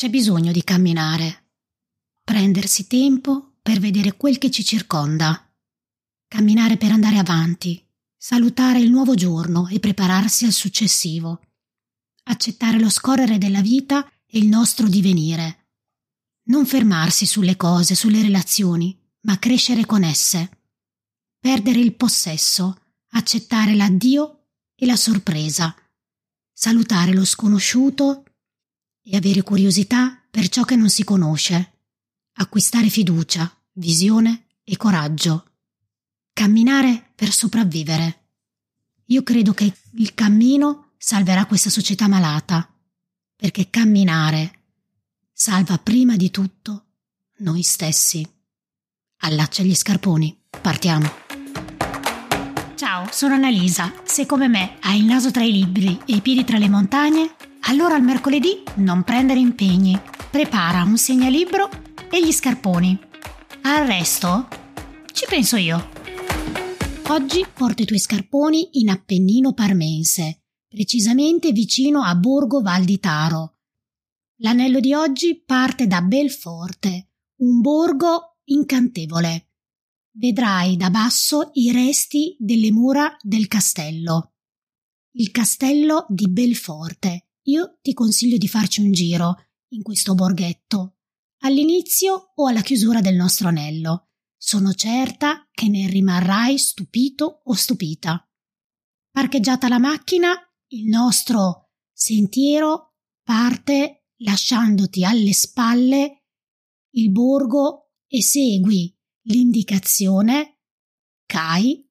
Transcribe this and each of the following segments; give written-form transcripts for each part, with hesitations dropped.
C'è bisogno di camminare, prendersi tempo per vedere quel che ci circonda, camminare per andare avanti, salutare il nuovo giorno e prepararsi al successivo, accettare lo scorrere della vita e il nostro divenire, non fermarsi sulle cose, sulle relazioni, ma crescere con esse, perdere il possesso, accettare l'addio e la sorpresa, salutare lo sconosciuto e avere curiosità per ciò che non si conosce, acquistare fiducia, visione e coraggio, camminare per sopravvivere. Io credo che il cammino salverà questa società malata, perché camminare salva prima di tutto noi stessi. Allaccia gli scarponi, partiamo. Ciao, sono Annalisa. Se come me hai il naso tra i libri e i piedi tra le montagne, allora il mercoledì non prendere impegni. Prepara un segnalibro e gli scarponi. Al resto ci penso io. Oggi porto i tuoi scarponi in Appennino Parmense, precisamente vicino a Borgo Val di Taro. L'anello di oggi parte da Belforte, un borgo incantevole. Vedrai da basso i resti delle mura del castello. Il castello di Belforte. Io ti consiglio di farci un giro in questo borghetto, all'inizio o alla chiusura del nostro anello. Sono certa che ne rimarrai stupito o stupita. Parcheggiata la macchina, il nostro sentiero parte lasciandoti alle spalle il borgo e segui l'indicazione CAI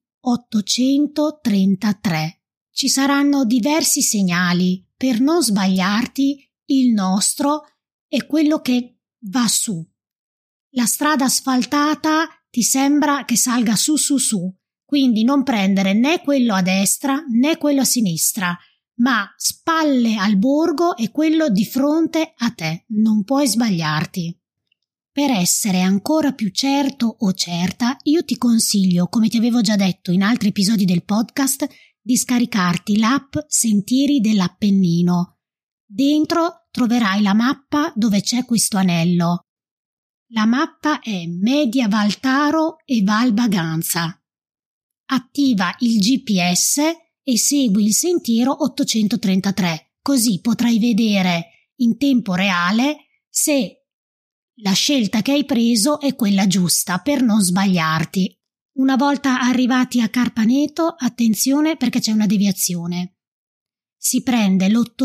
833. Ci saranno diversi segnali per non sbagliarti. Il nostro è quello che va su. La strada asfaltata ti sembra che salga su, quindi non prendere né quello a destra né quello a sinistra, ma spalle al borgo e quello di fronte a te. Non puoi sbagliarti. Per essere ancora più certo o certa, io ti consiglio, come ti avevo già detto in altri episodi del podcast, di scaricarti l'app Sentieri dell'Appennino. Dentro troverai la mappa dove c'è questo anello. La mappa è Media Val Taro e Val Baganza. Attiva il GPS e segui il sentiero 833, così potrai vedere in tempo reale se la scelta che hai preso è quella giusta per non sbagliarti. Una volta arrivati a Carpaneto, attenzione perché c'è una deviazione. Si prende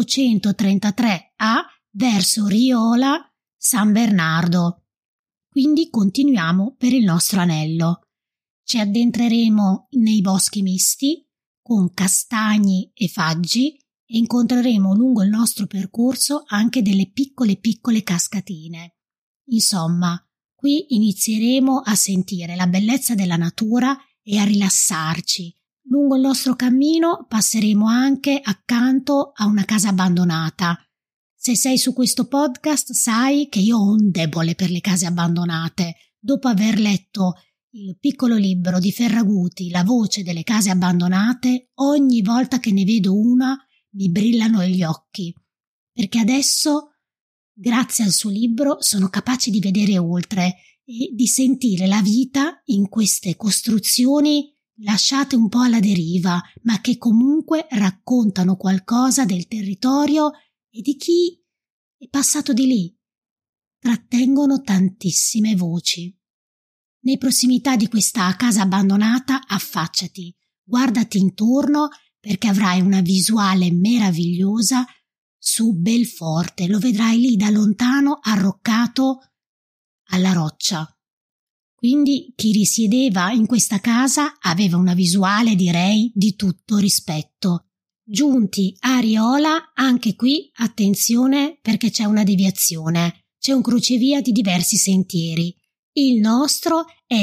l'833A verso Riola San Bernardo. Quindi continuiamo per il nostro anello. Ci addentreremo nei boschi misti con castagni e faggi e incontreremo lungo il nostro percorso anche delle piccole cascatine. Insomma, qui inizieremo a sentire la bellezza della natura e a rilassarci. Lungo il nostro cammino passeremo anche accanto a una casa abbandonata. Se sei su questo podcast sai che io ho un debole per le case abbandonate. Dopo aver letto il piccolo libro di Ferraguti, La voce delle case abbandonate, ogni volta che ne vedo una mi brillano gli occhi. Perché adesso, grazie al suo libro, sono capace di vedere oltre e di sentire la vita in queste costruzioni lasciate un po' alla deriva, ma che comunque raccontano qualcosa del territorio e di chi è passato di lì. Trattengono tantissime voci. Nei prossimità di questa casa abbandonata affacciati, guardati intorno perché avrai una visuale meravigliosa su Belforte. Lo vedrai lì da lontano arroccato alla roccia. Quindi chi risiedeva in questa casa aveva una visuale, direi, di tutto rispetto. Giunti a Riola, anche qui attenzione perché c'è una deviazione, c'è un crocevia di diversi sentieri. Il nostro è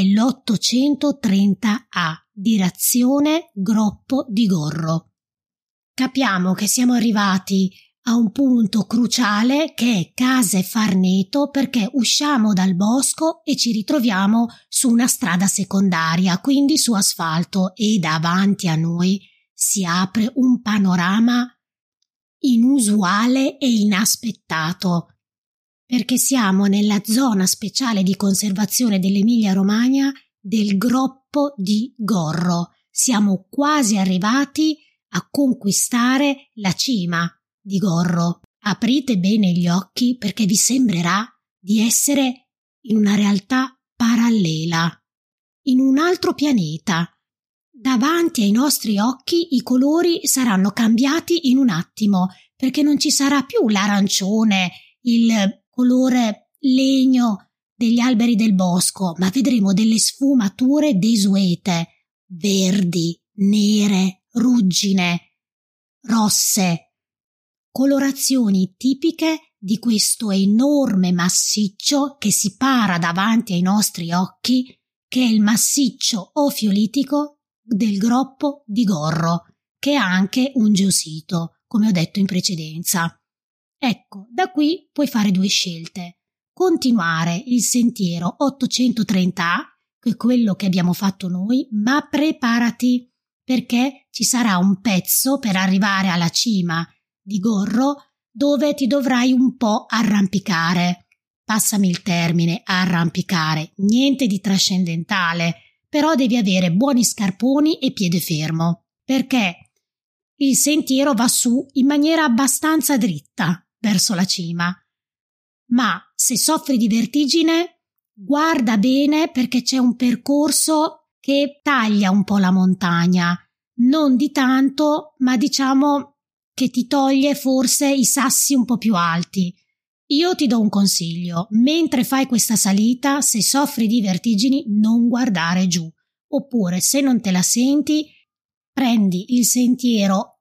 l'830A, direzione Groppo di Gorro. Capiamo che siamo arrivati a un punto cruciale che è Case Farneto, perché usciamo dal bosco e ci ritroviamo su una strada secondaria, quindi su asfalto, e davanti a noi si apre un panorama inusuale e inaspettato. perché siamo nella zona speciale di conservazione dell'Emilia-Romagna del Groppo di Gorro. Siamo quasi arrivati a conquistare la cima di Gorro. Aprite bene gli occhi perché vi sembrerà di essere in una realtà parallela, in un altro pianeta. Davanti ai nostri occhi i colori saranno cambiati in un attimo, perché non ci sarà più l'arancione, il colore legno degli alberi del bosco, ma vedremo delle sfumature desuete, verdi, nere, ruggine, rosse, colorazioni tipiche di questo enorme massiccio che si para davanti ai nostri occhi, che è il massiccio ofiolitico del Groppo di Gorro, che ha anche un geosito, come ho detto in precedenza. Ecco, da qui puoi fare due scelte: continuare il sentiero 830A, che è quello che abbiamo fatto noi, ma preparati, perché ci sarà un pezzo per arrivare alla cima di Gorro dove ti dovrai un po' arrampicare. Passami il termine, arrampicare, niente di trascendentale, però devi avere buoni scarponi e piede fermo, perché il sentiero va su in maniera abbastanza dritta verso la cima. Ma se soffri di vertigine, guarda bene, perché c'è un percorso che taglia un po' la montagna, non di tanto, ma diciamo che ti toglie forse i sassi un po' più alti. Io ti do un consiglio: mentre fai questa salita, se soffri di vertigini, non guardare giù, oppure se non te la senti, prendi il sentiero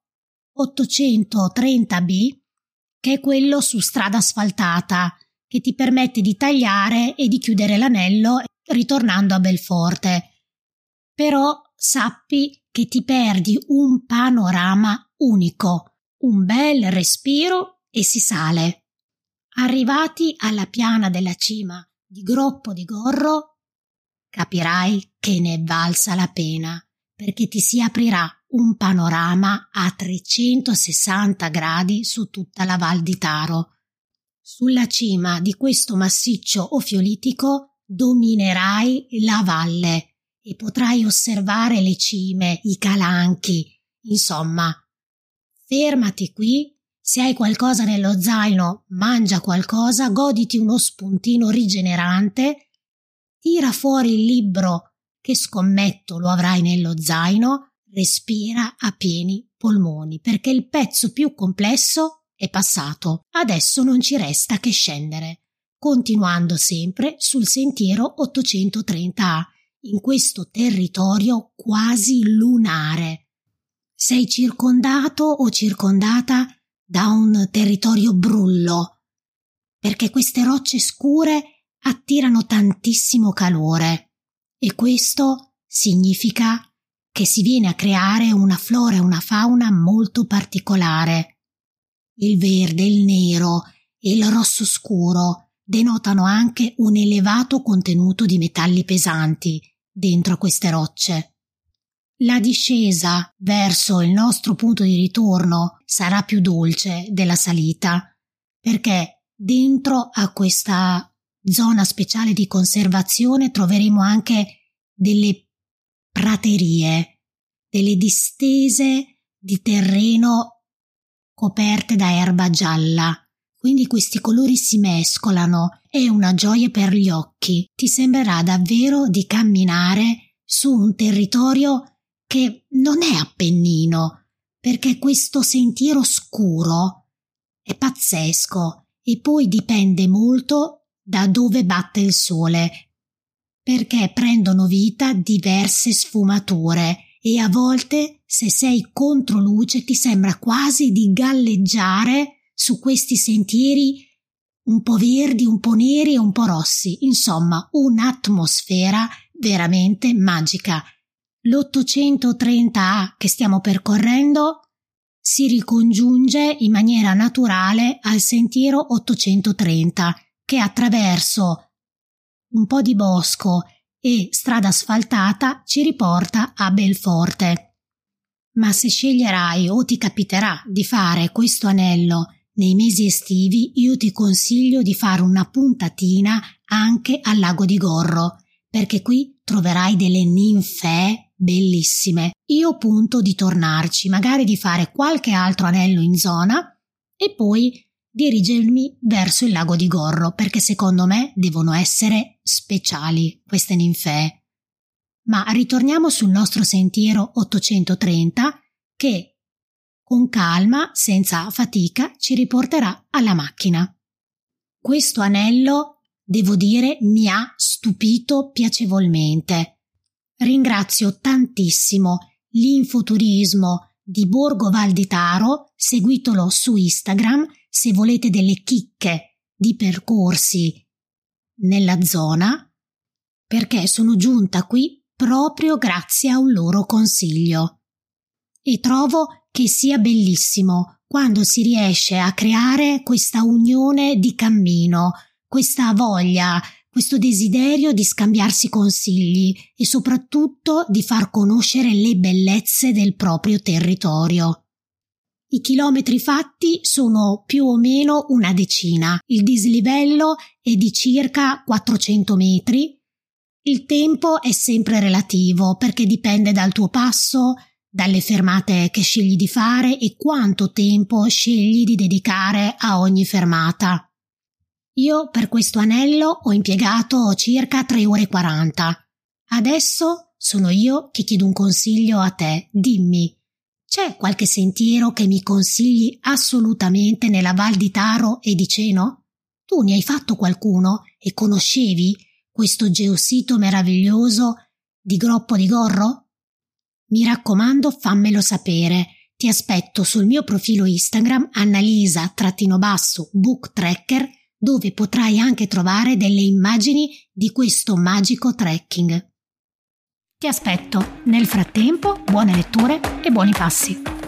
830B, che è quello su strada asfaltata, che ti permette di tagliare e di chiudere l'anello ritornando a Belforte. Però sappi che ti perdi un panorama unico, un bel respiro e si sale. Arrivati alla piana della cima di Groppo di Gorro, capirai che ne è valsa la pena, perché ti si aprirà un panorama a 360 gradi su tutta la Val di Taro. Sulla cima di questo massiccio ofiolitico dominerai la valle e potrai osservare le cime, i calanchi, insomma. Fermati qui. Se hai qualcosa nello zaino, mangia qualcosa, goditi uno spuntino rigenerante, tira fuori il libro che scommetto lo avrai nello zaino, respira a pieni polmoni, perché il pezzo più complesso è passato. Adesso non ci resta che scendere, continuando sempre sul sentiero 830A, in questo territorio quasi lunare. Sei circondato o circondata da un territorio brullo, perché queste rocce scure attirano tantissimo calore e questo significa che si viene a creare una flora e una fauna molto particolare. Il verde, il nero e il rosso scuro denotano anche un elevato contenuto di metalli pesanti dentro queste rocce. La discesa verso il nostro punto di ritorno sarà più dolce della salita, perché dentro a questa zona speciale di conservazione troveremo anche delle praterie, delle distese di terreno coperte da erba gialla. Quindi questi colori si mescolano, è una gioia per gli occhi. Ti sembrerà davvero di camminare su un territorio che non è Appennino, perché questo sentiero scuro è pazzesco e poi dipende molto da dove batte il sole, perché prendono vita diverse sfumature e a volte, se sei contro luce, ti sembra quasi di galleggiare su questi sentieri un po' verdi, un po' neri e un po' rossi, insomma un'atmosfera veramente magica. L'830A che stiamo percorrendo si ricongiunge in maniera naturale al sentiero 830, che attraverso un po' di bosco e strada asfaltata ci riporta a Belforte. Ma se sceglierai o ti capiterà di fare questo anello nei mesi estivi io ti consiglio di fare una puntatina anche al lago di Gorro, perché qui troverai delle ninfee bellissime. Io punto di tornarci, magari di fare qualche altro anello in zona e poi dirigermi verso il lago di Gorro, perché secondo me devono essere speciali queste ninfee. Ma ritorniamo sul nostro sentiero 830 che con calma, senza fatica, ci riporterà alla macchina. Questo anello, devo dire, mi ha stupito piacevolmente. Ringrazio tantissimo l'Infoturismo di Borgo Val di Taro, seguitelo su Instagram se volete delle chicche di percorsi nella zona, perché sono giunta qui proprio grazie a un loro consiglio. E trovo che sia bellissimo quando si riesce a creare questa unione di cammino, questa voglia, questo desiderio di scambiarsi consigli e soprattutto di far conoscere le bellezze del proprio territorio. I chilometri fatti sono più o meno una decina, il dislivello è di circa 400 metri. Il tempo è sempre relativo perché dipende dal tuo passo, dalle fermate che scegli di fare e quanto tempo scegli di dedicare a ogni fermata. Io per questo anello ho impiegato circa 3 ore e 40. Adesso sono io che chiedo un consiglio a te. Dimmi, c'è qualche sentiero che mi consigli assolutamente nella Val di Taro e di Ceno? Tu ne hai fatto qualcuno e conoscevi questo geosito meraviglioso di Groppo di Gorro? Mi raccomando, fammelo sapere. Ti aspetto sul mio profilo Instagram Annalisa_booktracker, dove potrai anche trovare delle immagini di questo magico trekking. Ti aspetto. Nel frattempo, buone letture e buoni passi.